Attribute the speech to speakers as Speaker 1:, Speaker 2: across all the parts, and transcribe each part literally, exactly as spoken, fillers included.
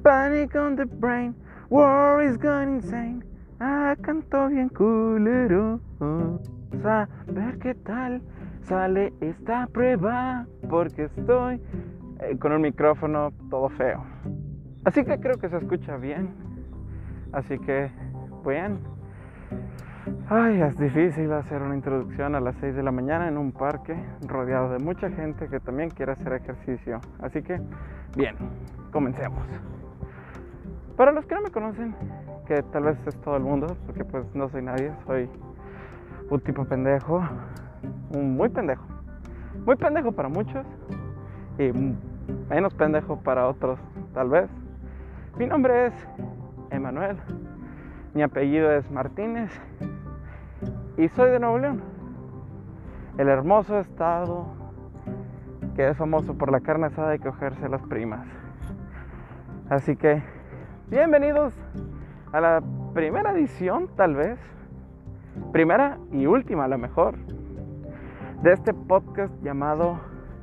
Speaker 1: Panic on the brain, war is going insane. Ah, canto bien culero. A ver qué tal sale esta prueba, porque estoy eh, con un micrófono todo feo. Así que creo que se escucha bien. Así que, bien. Ay, es difícil hacer una introducción a las seis de la mañana en un parque rodeado de mucha gente que también quiere hacer ejercicio. Así que, bien, comencemos. Para los que no me conocen, que tal vez es todo el mundo, porque pues no soy nadie, soy un tipo pendejo, un muy pendejo, muy pendejo para muchos y menos pendejo para otros, tal vez. Mi nombre es Emanuel, mi apellido es Martínez y soy de Nuevo León, el hermoso estado que es famoso por la carne asada y cogerse las primas. Así que, bienvenidos a la primera edición, tal vez, primera y última a lo mejor, de este podcast llamado...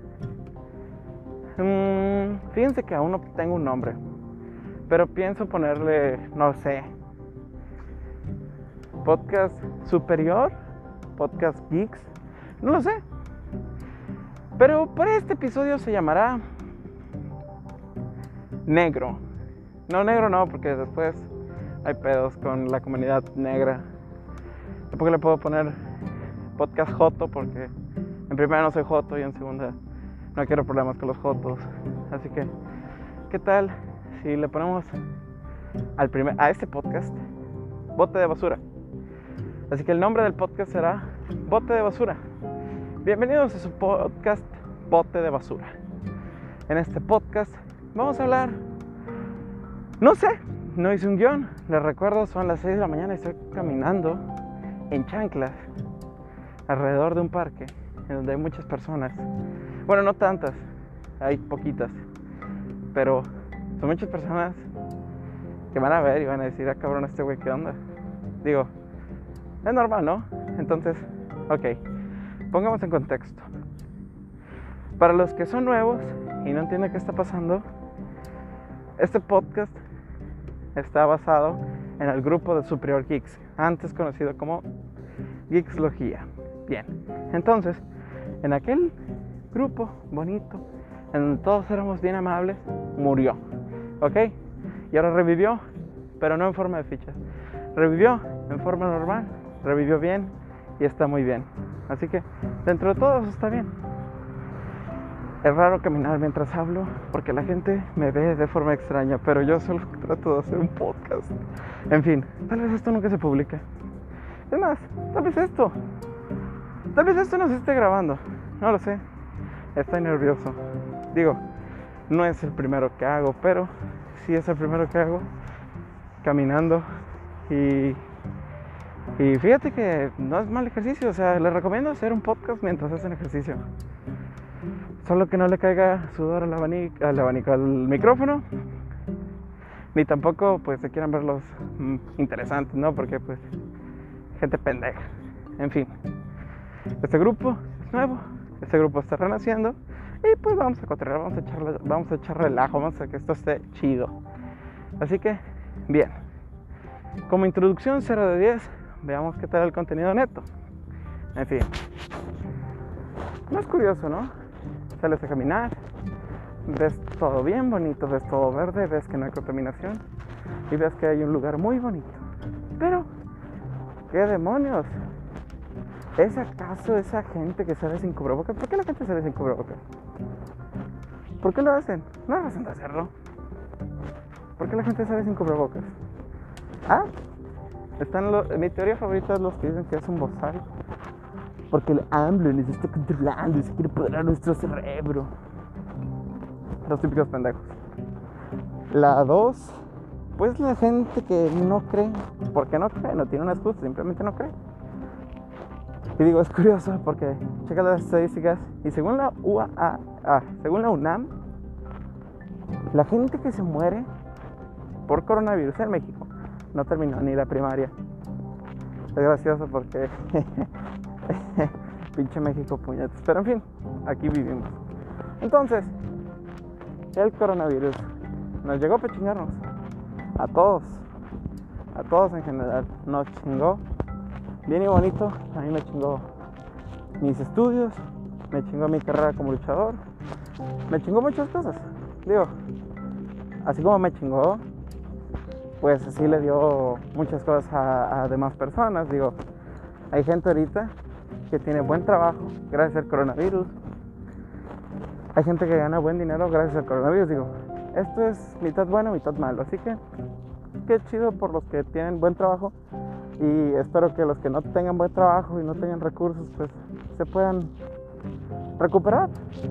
Speaker 1: Mmm, fíjense que aún no tengo un nombre, pero pienso ponerle, no sé, podcast superior, podcast geeks, no lo sé. Pero por este episodio se llamará Negro. No, negro no, porque después hay pedos con la comunidad negra. Tampoco le puedo poner podcast joto, porque en primera no soy joto y en segunda no quiero problemas con los jotos. Así que, ¿qué tal si le ponemos al primer, a este podcast Bote de Basura? Así que el nombre del podcast será Bote de Basura. Bienvenidos a su podcast Bote de Basura. En este podcast vamos a hablar, no sé, no hice un guión. Les recuerdo, son las seis de la mañana y estoy caminando en chanclas alrededor de un parque en donde hay muchas personas. Bueno, no tantas, hay poquitas, pero son muchas personas que van a ver y van a decir: ah, cabrón, este güey, ¿qué onda? Digo, es normal, ¿no? Entonces, ok, pongamos en contexto. Para los que son nuevos y no entienden qué está pasando, este podcast está basado en el grupo de Superior Geeks, antes conocido como Geekslogía. Bien, entonces, en aquel grupo bonito, en donde todos éramos bien amables, murió, ¿ok? Y ahora revivió, pero no en forma de ficha. Revivió en forma normal, revivió bien y está muy bien. Así que, dentro de todo eso está bien. Es raro caminar mientras hablo porque la gente me ve de forma extraña, pero yo solo trato de hacer un podcast. En fin, tal vez esto nunca se publique. Es más, tal vez esto. Tal vez esto no se esté grabando. No lo sé. Estoy nervioso. Digo, no es el primero que hago, pero sí es el primero que hago caminando. Y, y fíjate que no es mal ejercicio. O sea, les recomiendo hacer un podcast mientras hacen ejercicio. Solo que no le caiga sudor al abanico, al abanico, al micrófono. Ni tampoco, pues, se quieran ver los mm, interesantes, ¿no? Porque, pues, gente pendeja. En fin. Este grupo es nuevo. Este grupo está renaciendo. Y, pues, vamos a cotorrear, vamos a echarle, vamos a echar relajo, vamos a que esto esté chido. Así que, bien. Como introducción cero de diez, veamos qué tal el contenido neto. En fin. No es curioso, ¿no? Sales a caminar, ves todo bien bonito, ves todo verde, ves que no hay contaminación y ves que hay un lugar muy bonito. Pero, ¿qué demonios? ¿Es acaso esa gente que sale sin cubrebocas? ¿Por qué la gente sale sin cubrebocas? ¿Por qué lo hacen? No hay razón de hacerlo. ¿Por qué la gente sale sin cubrebocas? Ah, están los, mi teoría favorita es los que dicen que es un bozal. Porque el AMLO nos está controlando y se quiere apoderar nuestro cerebro. Los típicos pendejos. La dos, pues la gente que no cree. ¿Por qué no cree? No tiene una excusa, simplemente no cree. Y digo, es curioso porque checa las estadísticas y según la U A A, ah, según la UNAM, la gente que se muere por coronavirus en México no terminó ni la primaria. Es gracioso porque pinche México, puñetas. Pero en fin, aquí vivimos. Entonces, el coronavirus nos llegó para chingarnos. A todos. A todos en general. Nos chingó. Bien y bonito. A mí me chingó mis estudios. Me chingó mi carrera como luchador. Me chingó muchas cosas. Digo, así como me chingó, pues así le dio muchas cosas a, a demás personas. Digo, hay gente ahorita que tiene buen trabajo gracias al coronavirus. Hay gente que gana buen dinero gracias al coronavirus. Digo, esto es mitad bueno, mitad malo. Así que, qué chido por los que tienen buen trabajo. Y espero que los que no tengan buen trabajo y no tengan recursos, pues se puedan recuperar.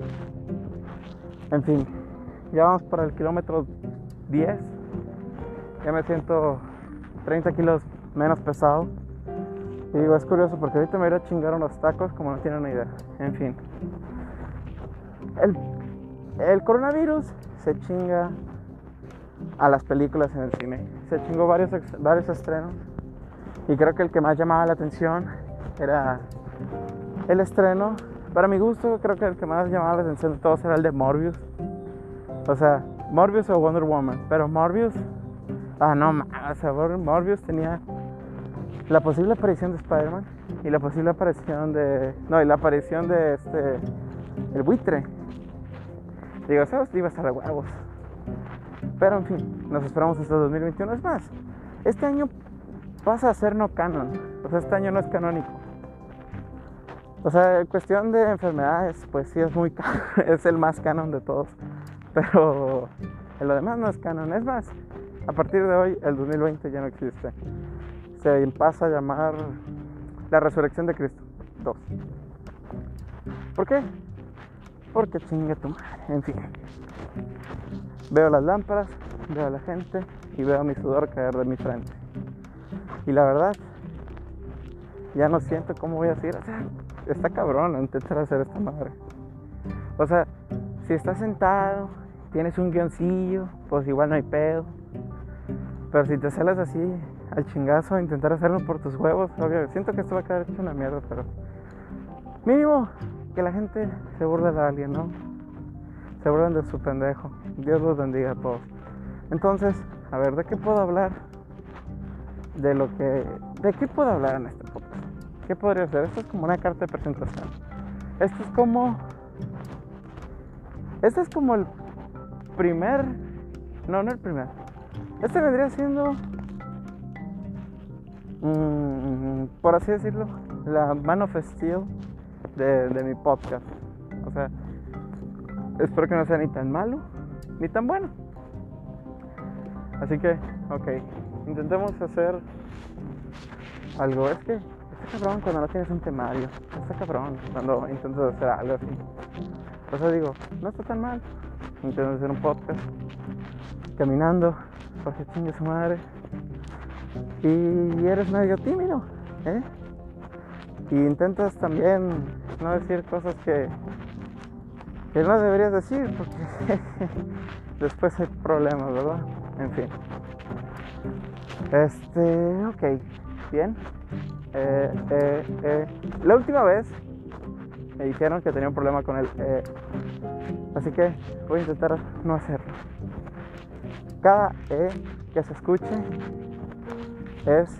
Speaker 1: En fin, ya vamos para el kilómetro diez. Ya me siento treinta kilos menos pesado. Y digo, es curioso porque ahorita me voy a chingar unos tacos como no tienen una idea. En fin, el, el coronavirus se chinga a las películas en el cine. Se chingó varios, varios estrenos. Y creo que el que más llamaba la atención era el estreno. Para mi gusto, creo que el que más llamaba la atención de todos era el de Morbius. O sea, Morbius o Wonder Woman. Pero Morbius, ah no, o sea, Morbius tenía la posible aparición de Spider-Man y la posible aparición de... No, y la aparición de este... El buitre. Digo, eso iba a estar de huevos. Pero en fin, nos esperamos hasta dos mil veintiuno. Es más, este año pasa a ser no canon. O sea, este año no es canónico. O sea, en cuestión de enfermedades, pues sí es muy canon. Es el más canon de todos. Pero en lo demás no es canon. Es más, a partir de hoy, el dos mil veinte ya no existe. Se pasa a llamar La Resurrección de Cristo dos. ¿Por qué? Porque chinga tu madre. En fin, veo las lámparas, veo a la gente y veo mi sudor caer de mi frente. Y la verdad, ya no siento cómo voy a seguir. O sea, está cabrón intentar hacer esta madre. O sea, si estás sentado, tienes un guioncillo, pues igual no hay pedo. Pero si te sales así al chingazo a intentar hacerlo por tus huevos, obvio, siento que esto va a quedar hecho una mierda, pero mínimo que la gente se burle de alguien, ¿no? Se burlen de su pendejo. Dios los bendiga a todos. Entonces, a ver, ¿de qué puedo hablar? De lo que... ¿De qué puedo hablar en este podcast? ¿Qué podría ser? Esto es como una carta de presentación. Esto es como... Este es como el primer... No, no el primer. Este vendría siendo... Mmm, por así decirlo, la Man of Steel de, de mi podcast. O sea, espero que no sea ni tan malo ni tan bueno. Así que, ok, intentemos hacer algo. Es que está cabrón cuando no tienes un temario. Está cabrón cuando intentas hacer algo así. O sea, digo, no está tan mal. Intentas hacer un podcast caminando, porque chingue su madre. Y eres medio tímido, ¿eh? Y intentas también no decir cosas que, que no deberías decir, porque después hay problemas, ¿verdad? En fin. Este, ok, bien. Eh, eh, eh. La última vez me dijeron que tenía un problema con el eh, así que voy a intentar no hacerlo. Cada E que se escuche es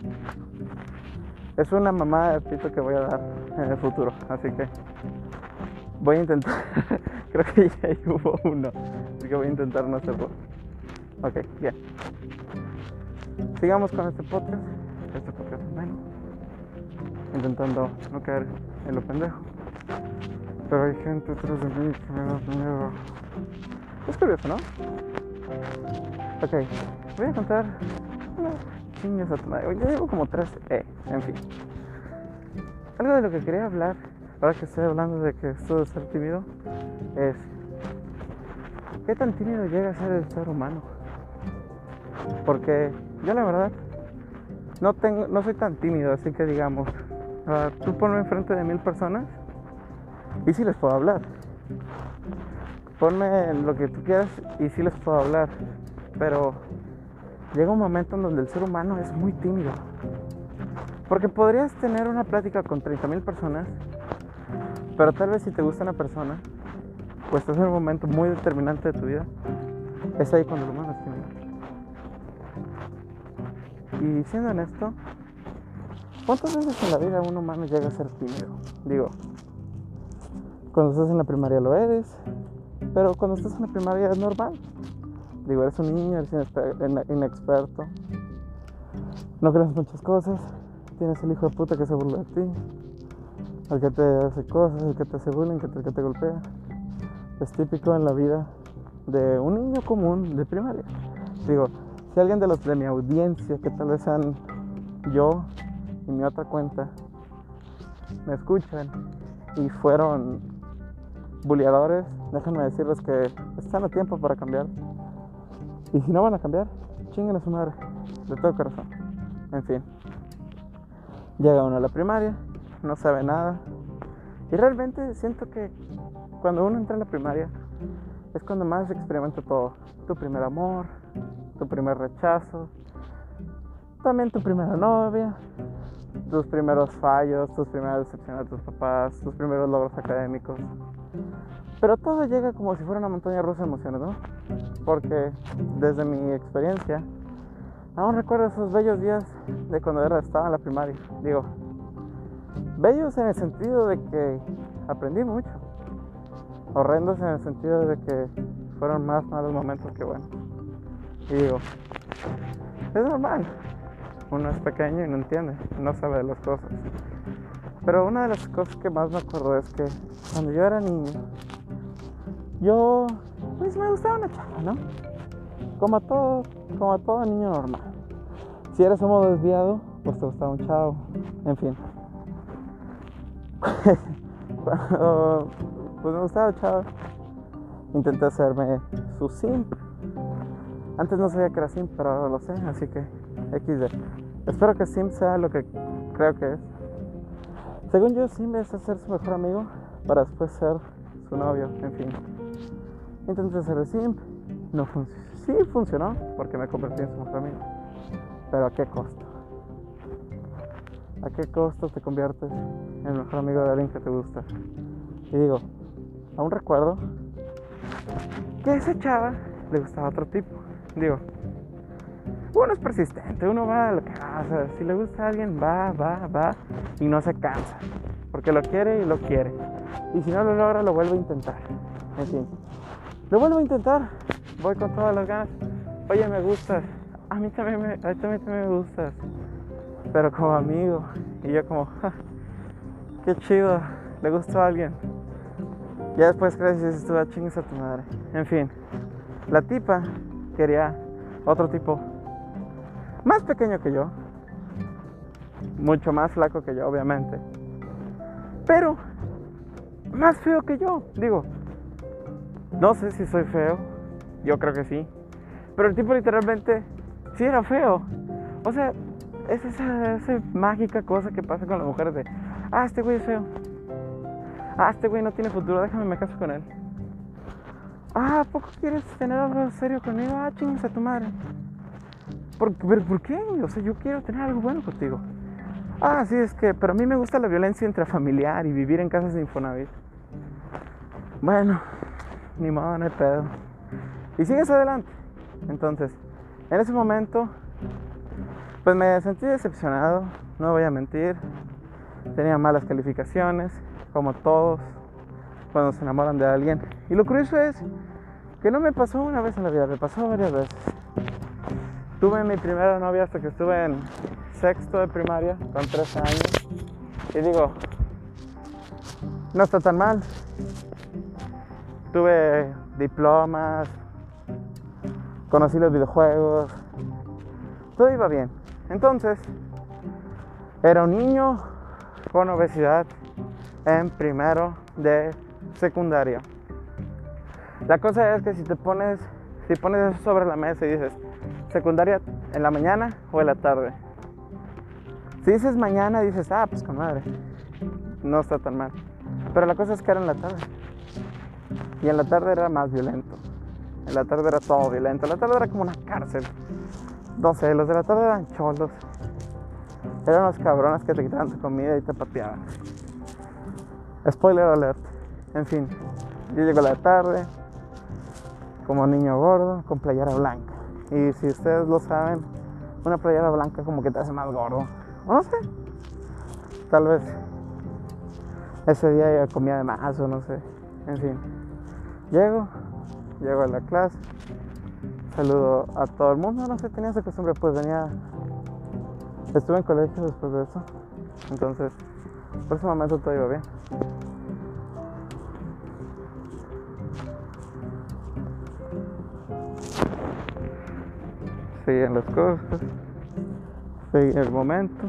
Speaker 1: es una mamada de pito que voy a dar en el futuro, así que voy a intentar. Creo que ya hubo uno, así que voy a intentar no hacerlo. Ok, bien, sigamos con este podcast. Este podcast es bueno, intentando no caer en lo pendejo, pero hay gente detrás de mí que me da miedo. Es curioso, ¿no? Ok, voy a contar una chingas a tu madre. Ya llevo como tres E, en fin. Algo de lo que quería hablar, ahora que estoy hablando de que esto de ser tímido, es ¿qué tan tímido llega a ser el ser humano? Porque yo la verdad no tengo, no soy tan tímido, así que digamos, uh, tú ponme enfrente de mil personas y sí les puedo hablar. Ponme lo que tú quieras y sí les puedo hablar, pero llega un momento en donde el ser humano es muy tímido. Porque podrías tener una plática con treinta mil personas, pero tal vez si te gusta una persona, pues estás en un momento muy determinante de tu vida, es ahí cuando el humano es tímido. Y siendo honesto, ¿cuántas veces en la vida un humano llega a ser tímido? Digo, cuando estás en la primaria lo eres, pero cuando estás en la primaria es normal. Digo, eres un niño, eres inexperto, no crees muchas cosas, tienes el hijo de puta que se burla de ti, el que te hace cosas, el que te hace bullying, el que te golpea. Es típico en la vida de un niño común de primaria. Digo, si alguien de los de mi audiencia, que tal vez sean yo y mi otra cuenta, me escuchan y fueron bulleadores, déjenme decirles que están a tiempo para cambiar. Y si no van a cambiar, chinguen a su madre, de todo corazón. En fin, llega uno a la primaria, no sabe nada. Y realmente siento que cuando uno entra a la primaria es cuando más experimenta todo. Tu primer amor, tu primer rechazo, también tu primera novia, tus primeros fallos, tus primeras decepciones de tus papás, tus primeros logros académicos. Pero todo llega como si fuera una montaña rusa de emociones, ¿no? Porque desde mi experiencia, aún recuerdo esos bellos días de cuando era, estaba en la primaria. Digo, bellos en el sentido de que aprendí mucho. Horrendos en el sentido de que fueron más malos momentos que buenos. Y digo, es normal. Uno es pequeño y no entiende, no sabe de las cosas. Pero una de las cosas que más me acuerdo es que cuando yo era niño, yo, pues me gustaba una chava, ¿no? Como a todo, como a todo niño normal. Si eres homo desviado, pues te gustaba un chavo. En fin. Cuando, pues me gustaba el chavo, intenté hacerme su simp. Antes no sabía que era simp, pero ahora lo sé, así que equis de. Espero que simp sea lo que creo que es. Según yo, simp es ser su mejor amigo para después ser su novio, en fin. Intenté hacer el simp, no funcionó. Sí funcionó, porque me convertí en su mejor amigo. Pero ¿a qué costo? ¿A qué costo te conviertes en el mejor amigo de alguien que te gusta? Y digo, aún recuerdo que a esa chava le gustaba otro tipo. Digo, uno es persistente, uno va a lo que va. O sea, si le gusta a alguien, va, va, va y no se cansa. Porque lo quiere y lo quiere. Y si no lo logra, lo vuelve a intentar. En fin, lo vuelvo a intentar. Voy con todas las ganas. Oye, me gustas. A mí también me, a mí también, también me gustas. Pero como amigo. Y yo como, ja, qué chido, le gustó a alguien. Ya después crees y dices tú, ah, chingues a tu madre. En fin, la tipa quería otro tipo más pequeño que yo, mucho más flaco que yo, obviamente, pero más feo que yo. Digo, no sé si soy feo, yo creo que sí, pero el tipo literalmente sí era feo. O sea, es esa, esa mágica cosa que pasa con las mujeres de, ah, este güey es feo, ah, este güey no tiene futuro, déjame me caso con él. Ah, ¿a poco quieres tener algo serio conmigo? Ah, chingas a tu madre. ¿Por, pero, ¿Por qué? O sea, yo quiero tener algo bueno contigo. Ah, sí, es que, pero a mí me gusta la violencia intrafamiliar y vivir en casas de Infonavit. Bueno, ni modo, no hay pedo. Y sigues adelante. Entonces, en ese momento, pues me sentí decepcionado, no voy a mentir. Tenía malas calificaciones, como todos cuando se enamoran de alguien. Y lo curioso es que no me pasó una vez en la vida, me pasó varias veces. Tuve mi primera novia hasta que estuve en sexto de primaria, con trece años. Y digo, no está tan mal. Tuve diplomas, conocí los videojuegos, todo iba bien. Entonces, era un niño con obesidad en primero de secundaria. La cosa es que si te pones, si pones eso sobre la mesa y dices, secundaria en la mañana o en la tarde. Si dices mañana, dices, ah, pues con madre, no está tan mal. Pero la cosa es que era en la tarde. Y en la tarde era más violento. En la tarde era todo violento. En la tarde era como una cárcel. No sé, los de la tarde eran cholos. Eran los cabrones que te quitaban tu comida y te pateaban. Spoiler alert. En fin, yo llego a la tarde. como niño gordo con playera blanca. Y si ustedes lo saben, una playera blanca como que te hace más gordo. O no sé, tal vez ese día yo comía de más o no sé. En fin, llego, llego a la clase, saludo a todo el mundo. No sé, tenía esa costumbre, pues venía, estuve en colegio después de eso. Entonces, por ese momento todo iba bien. Seguían las cosas, seguía el momento.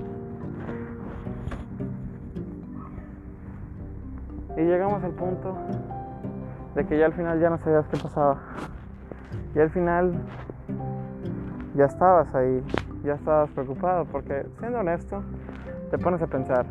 Speaker 1: Y llegamos al punto de que ya al final ya no sabías qué pasaba. Y al final ya estabas ahí, ya estabas preocupado, porque siendo honesto, te pones a pensar,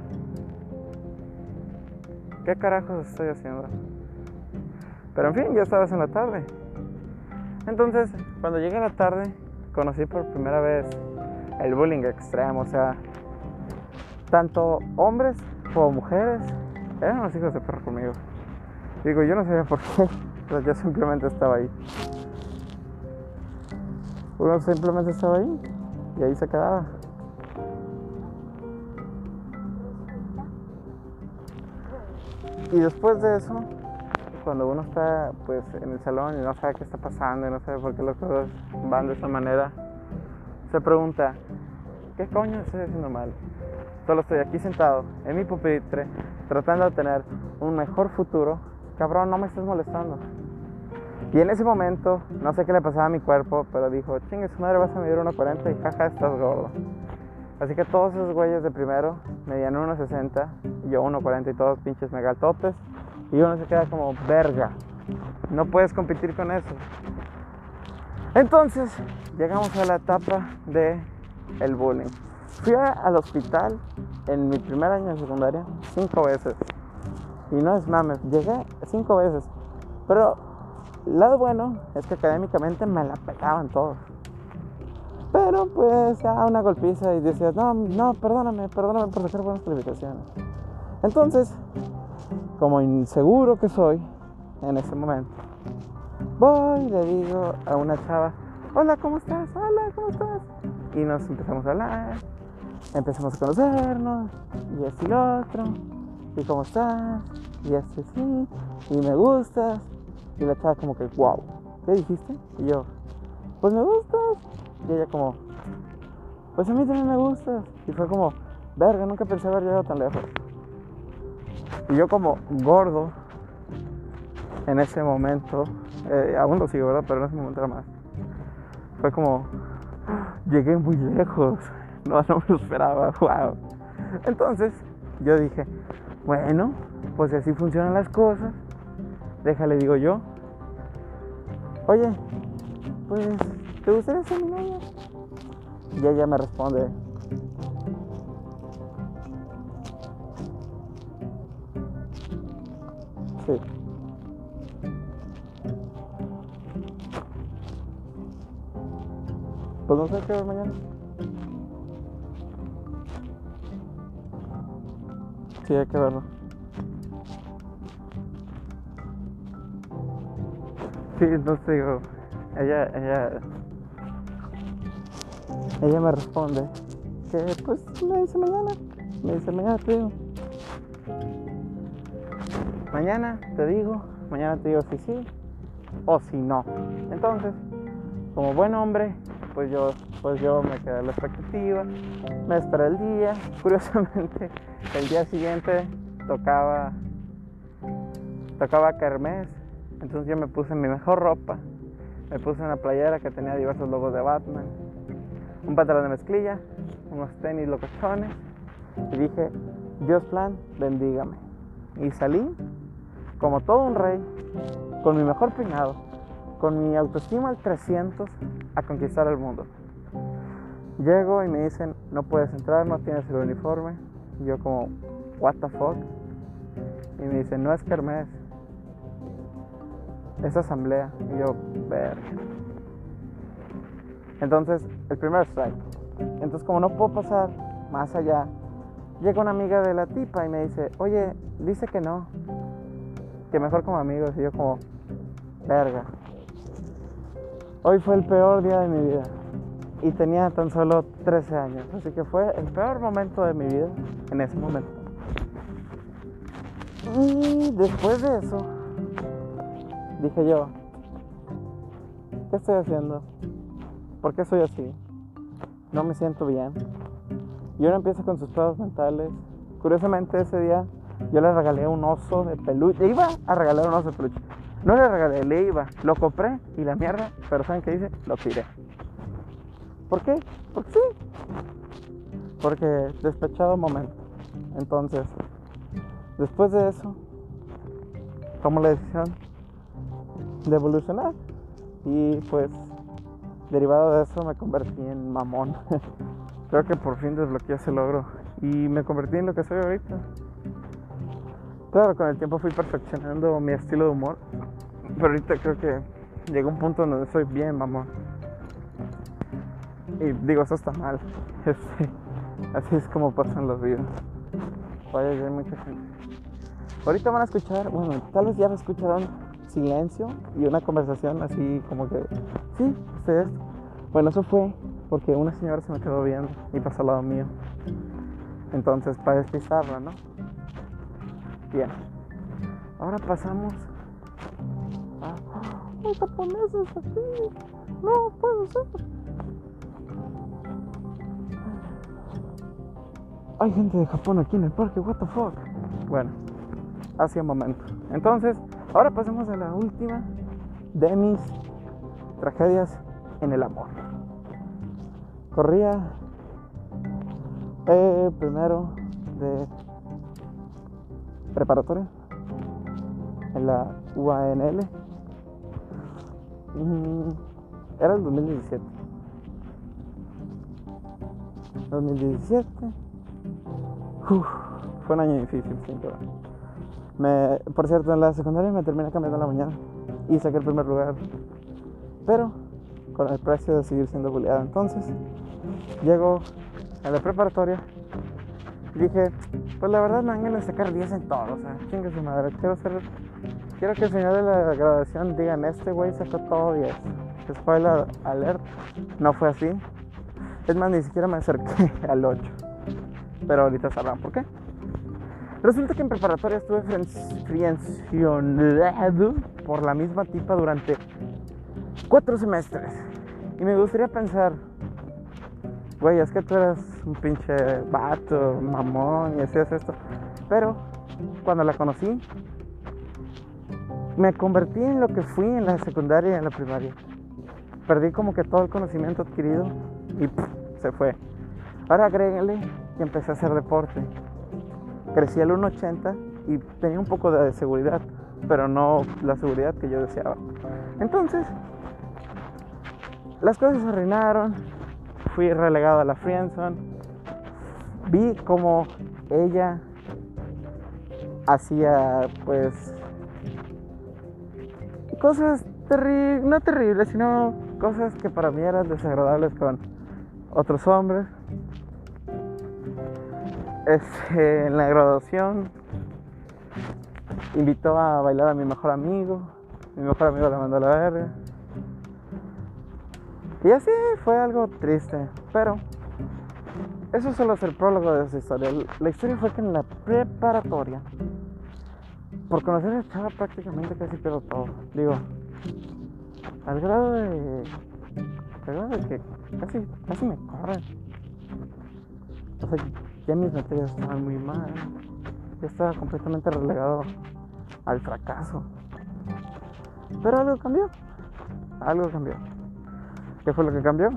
Speaker 1: ¿qué carajos estoy haciendo? Pero en fin, ya estabas en la tarde. Entonces, cuando llegué a la tarde, conocí por primera vez el bullying extremo. O sea, tanto hombres como mujeres eran unos hijos de perro conmigo. Digo, yo no sabía por qué, pero yo simplemente estaba ahí. Uno simplemente estaba ahí y ahí se quedaba. Y después de eso, cuando uno está pues en el salón y no sabe qué está pasando y no sabe por qué las cosas van de esa manera, se pregunta, ¿qué coño estoy haciendo mal? Solo estoy aquí sentado en mi pupitre tratando de tener un mejor futuro. Cabrón, no me estés molestando. Y en ese momento, no sé qué le pasaba a mi cuerpo, pero dijo, chingue su madre, vas a medir uno cuarenta y jaja, estás gordo. Así que todos esos güeyes de primero medían uno sesenta y yo uno cuarenta y todos pinches megatotes. Y uno se queda como, verga, no puedes competir con eso. Entonces, llegamos a la etapa de el bullying. Fui a, al hospital en mi primer año de secundaria cinco veces. Y no es mame, llegué cinco veces. Pero el lado bueno es que académicamente me la pelaban todos. Pero pues ya una golpiza y decías, no, no, perdóname, perdóname por sacar buenas calificaciones. Entonces, como inseguro que soy en ese momento, voy y le digo a una chava, hola, ¿cómo estás? Hola, ¿cómo estás? Y nos empezamos a hablar, empezamos a conocernos, y esto y lo otro, y ¿cómo estás? Y esto sí, y me gustas. Y la chava como que, wow, ¿qué dijiste? Y yo, pues me gustas. Y ella como, pues a mí también me gustas. Y fue como, verga, nunca pensé haber llegado tan lejos. Y yo como gordo, en ese momento, eh, aún lo sigo, ¿verdad? Pero en ese momento era más. Fue como, llegué muy lejos, no, no me lo esperaba, wow. Entonces, yo dije, bueno, pues si así funcionan las cosas, déjale, digo yo, oye, pues, ¿te gustaría ser mi novia? Y ella me responde, sí. Pues no sé qué ver mañana. Sí, hay que verlo. Sí, entonces digo, ella, ella, ella me responde que pues me dice mañana, me dice mañana te digo. Mañana te digo, mañana te digo si sí o si no. Entonces, como buen hombre, pues yo, pues yo me quedé en la expectativa, me esperé el día. Curiosamente, el día siguiente tocaba, tocaba kermés. Entonces yo me puse mi mejor ropa, me puse una playera que tenía diversos logos de Batman, un pantalón de mezclilla, unos tenis locochones, y dije, Dios plan, bendígame. Y salí como todo un rey, con mi mejor peinado, con mi autoestima al trescientos, a conquistar el mundo. Llego y me dicen, no puedes entrar, no tienes el uniforme. Y yo como, what the fuck. Y me dicen, no es kermés, es asamblea. Y yo, verga. Entonces, el primer strike. Entonces, como no puedo pasar más allá, llega una amiga de la tipa y me dice, oye, dice que no, que mejor como amigos. Y yo como, verga. Hoy fue el peor día de mi vida y tenía tan solo trece años, así que fue el peor momento de mi vida en ese momento. Y después de eso, dije yo, ¿qué estoy haciendo? ¿Por qué soy así? No me siento bien. Y uno empieza con sus pedos mentales. Curiosamente ese día yo le regalé un oso de peluche. Le iba a regalar un oso de peluche. No le regalé, le iba. Lo compré y la mierda, pero ¿saben qué hice? Lo tiré. ¿Por qué? Porque sí. Porque despechado momento. Entonces, después de eso, tomo la decisión de evolucionar. Y pues, derivado de eso, me convertí en mamón. Creo que por fin desbloqueé ese logro. Y me convertí en lo que soy ahorita. Claro, con el tiempo fui perfeccionando mi estilo de humor. Pero ahorita creo que llegó un punto donde soy bien mamón. Y digo, eso está mal. Este, así es como pasan los videos. Vaya, ya hay mucha gente. Ahorita van a escuchar, bueno, tal vez ya me escucharon silencio y una conversación así como que, sí, ustedes. Bueno, eso fue porque una señora se me quedó viendo y pasó al lado mío. Entonces, para despistarla, ¿no? Bien. Ahora pasamos a... ¡Hay japoneses aquí! ¡No puede ser! Hay gente de Japón aquí en el parque, what the fuck. Bueno, hace un momento. Entonces, ahora pasemos a la última de mis tragedias en el amor. Corría eh, primero de preparatoria en la U A N L. Mm, era el dos mil diecisiete. dos mil diecisiete. Uf, fue un año difícil, sin duda. Me, por cierto, en la secundaria me terminé cambiando en la mañana y saqué el primer lugar, pero con el precio de seguir siendo bulleado. Entonces, llego a la preparatoria y dije, pues la verdad me dan ganas de sacar diez en todo, o sea, chingue su madre, quiero ser, quiero que el señor de la graduación digan, este güey sacó todo diez. Spoiler alert, no fue así. Es más, ni siquiera me acerqué al ocho. Pero ahorita sabrán por qué. Resulta que en preparatoria estuve friccionado por la misma tipa durante cuatro semestres. Y me gustaría pensar, güey, es que tú eras un pinche vato, mamón y hacías esto. Pero cuando la conocí, me convertí en lo que fui en la secundaria y en la primaria. Perdí como que todo el conocimiento adquirido y pff, se fue. Ahora agréguenle que empecé a hacer deporte. Crecí al uno ochenta y tenía un poco de seguridad, pero no la seguridad que yo deseaba. Entonces, las cosas se arruinaron. Fui relegado a la friendzone. Vi como ella hacía, pues, cosas terribles, no terribles, sino cosas que para mí eran desagradables con otros hombres. Este, en la graduación invitó a bailar a mi mejor amigo. Mi mejor amigo la mandó a la verga. Y así fue algo triste. Pero eso solo es el prólogo de esa historia. La historia fue que en la preparatoria, por conocer a la chava, prácticamente casi pierdo todo. Digo, al grado de al grado de que casi, casi me corren. O sea, ya mis materias estaban muy mal. Ya estaba completamente relegado al fracaso. Pero algo cambió. Algo cambió. ¿Qué fue lo que cambió?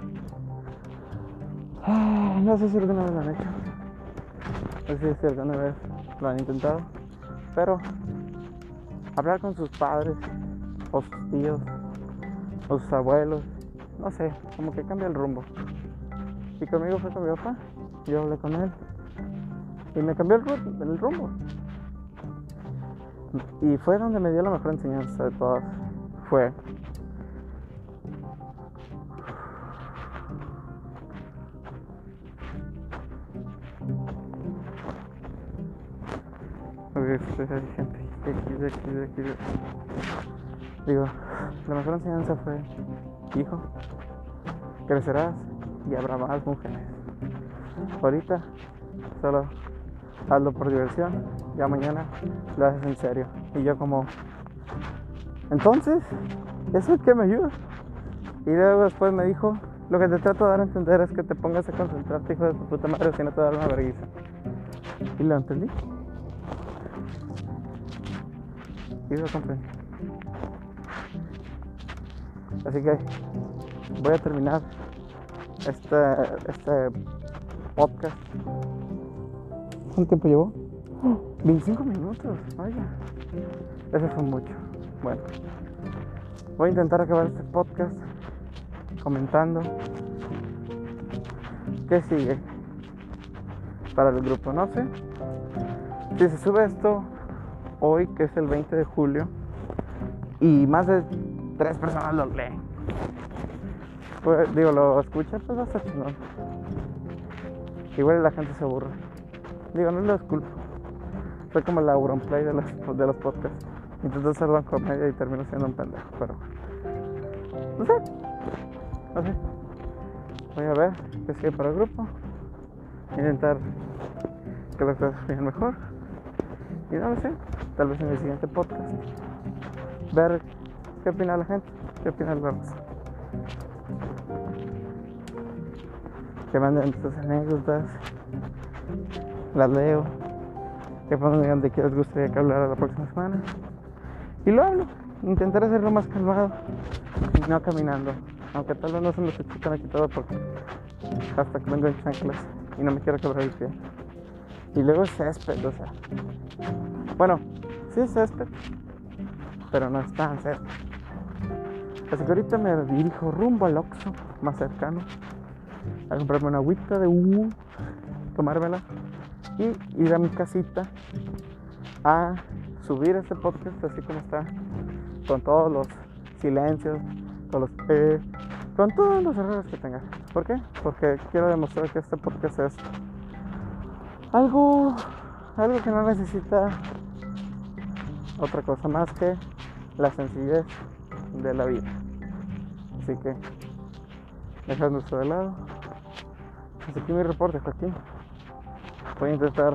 Speaker 1: No sé si alguna vez lo han hecho. No sé si alguna vez lo han intentado. Pero hablar con sus padres, o sus tíos, o sus abuelos, no sé, como que cambia el rumbo. Y conmigo fue con mi papá. Yo hablé con él y me cambió el, ru- el rumbo. Y fue donde me dio la mejor enseñanza de todas. Fue ok, hay gente de aquí, de aquí, de aquí, de aquí. Digo, la mejor enseñanza fue hijo, crecerás y habrá más mujeres. Ahorita solo hazlo por diversión, ya mañana lo haces en serio. Y yo como, entonces, ¿eso es que me ayuda? Y luego después me dijo, lo que te trato de dar a entender es que te pongas a concentrarte, hijo de tu puta madre, si no te da una vergüenza. Y lo entendí. Y lo comprendí. Así que voy a terminar este, este podcast. ¿Cuánto tiempo llevó? veinticinco minutos, vaya. Eso fue mucho. Bueno, voy a intentar acabar este podcast comentando qué sigue para el grupo. No sé si se sube esto hoy, que es el veinte de julio, y más de tres personas lo leen, pues, digo, lo escuchan, pues va a estar chingón. Igual la gente se aburre. Digo, no lo culpo. Soy como el Auronplay de los, de los podcasts. Intento hacerlo en comedia y termino siendo un pendejo, pero no sé, no sé. Voy a ver qué sigue para el grupo. Intentar que las cosas vayan mejor. Y no lo sé, tal vez en el siguiente podcast ver qué opina la gente, qué opina el raza. Que manden sus anécdotas, las leo, que pongan de qué les gustaría que hablara la próxima semana. Y lo hablo, intentaré hacerlo más calmado y no caminando. Aunque tal vez no se me escuchan aquí todo porque hasta que vengo en chanclas y no me quiero quebrar el pie. Y luego césped, o sea. Bueno, sí es césped, pero no es tan césped. Así que ahorita me dirijo rumbo al Oxxo más cercano a comprarme una agüita de uh, tomármela y ir a mi casita a subir este podcast así como está, con todos los silencios, con los eh, con todos los errores que tenga. ¿Por qué? Porque quiero demostrar que este podcast es algo algo que no necesita otra cosa más que la sencillez de la vida. Así que dejando esto de lado, hasta aquí mi reporte, Joaquín. Voy a intentar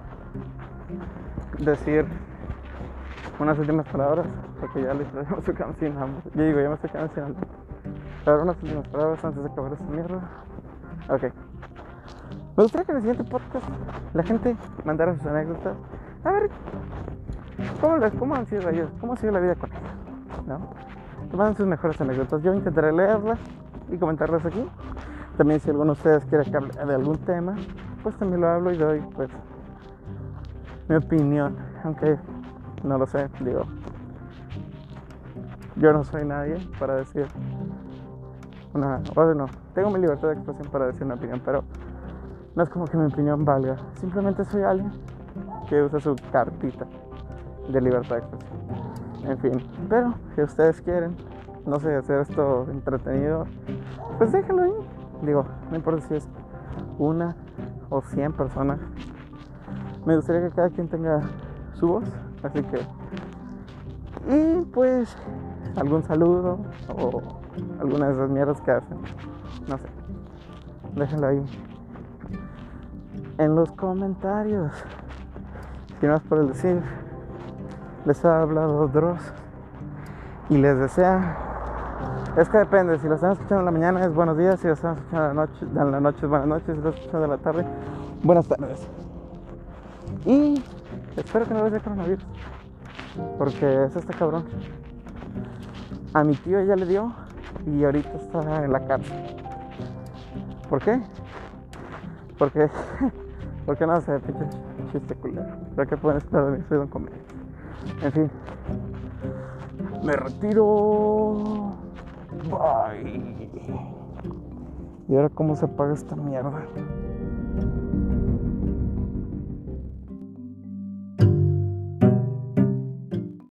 Speaker 1: decir unas últimas palabras porque ya, ya me estoy cansinando. Yo digo, ya me estoy cansinando. Pero unas últimas palabras antes de acabar esta mierda. Ok. Me gustaría que en el siguiente podcast la gente mandara sus anécdotas. A ver, ¿cómo, les, cómo han sido ellos? ¿Cómo ha sido la vida con ellos? ¿No? Que manden sus mejores anécdotas. Yo intentaré leerlas y comentarlas aquí. También si alguno de ustedes quiere que hable de algún tema, pues también lo hablo y doy pues mi opinión. Aunque no lo sé, digo, yo no soy nadie para decir una, bueno, tengo mi libertad de expresión para decir una opinión, pero no es como que mi opinión valga. Simplemente soy alguien que usa su cartita de libertad de expresión. En fin, pero si ustedes quieren, no sé, hacer esto entretenido, pues déjenlo ahí. Digo, no importa si es una o cien personas. Me gustaría que cada quien tenga su voz, así que, y pues algún saludo o alguna de esas mierdas que hacen, no sé, déjenlo ahí en los comentarios. Sin más por el decir, les ha hablado Dross y les desea, es que depende, si lo están escuchando en la mañana es buenos días, si lo están escuchando en la noche, en la noche es buenas noches, si lo están escuchando en la tarde, buenas tardes. Y espero que no les dé coronavirus, porque eso está cabrón. A mi tío ya le dio y ahorita está en la cárcel. ¿Por qué? Porque, porque no sé, pinche chiste culero. Pero que pueden esperar de mí, soy Don Comedia. En fin, me retiro. Bye. ¿Y ahora cómo se apaga esta mierda?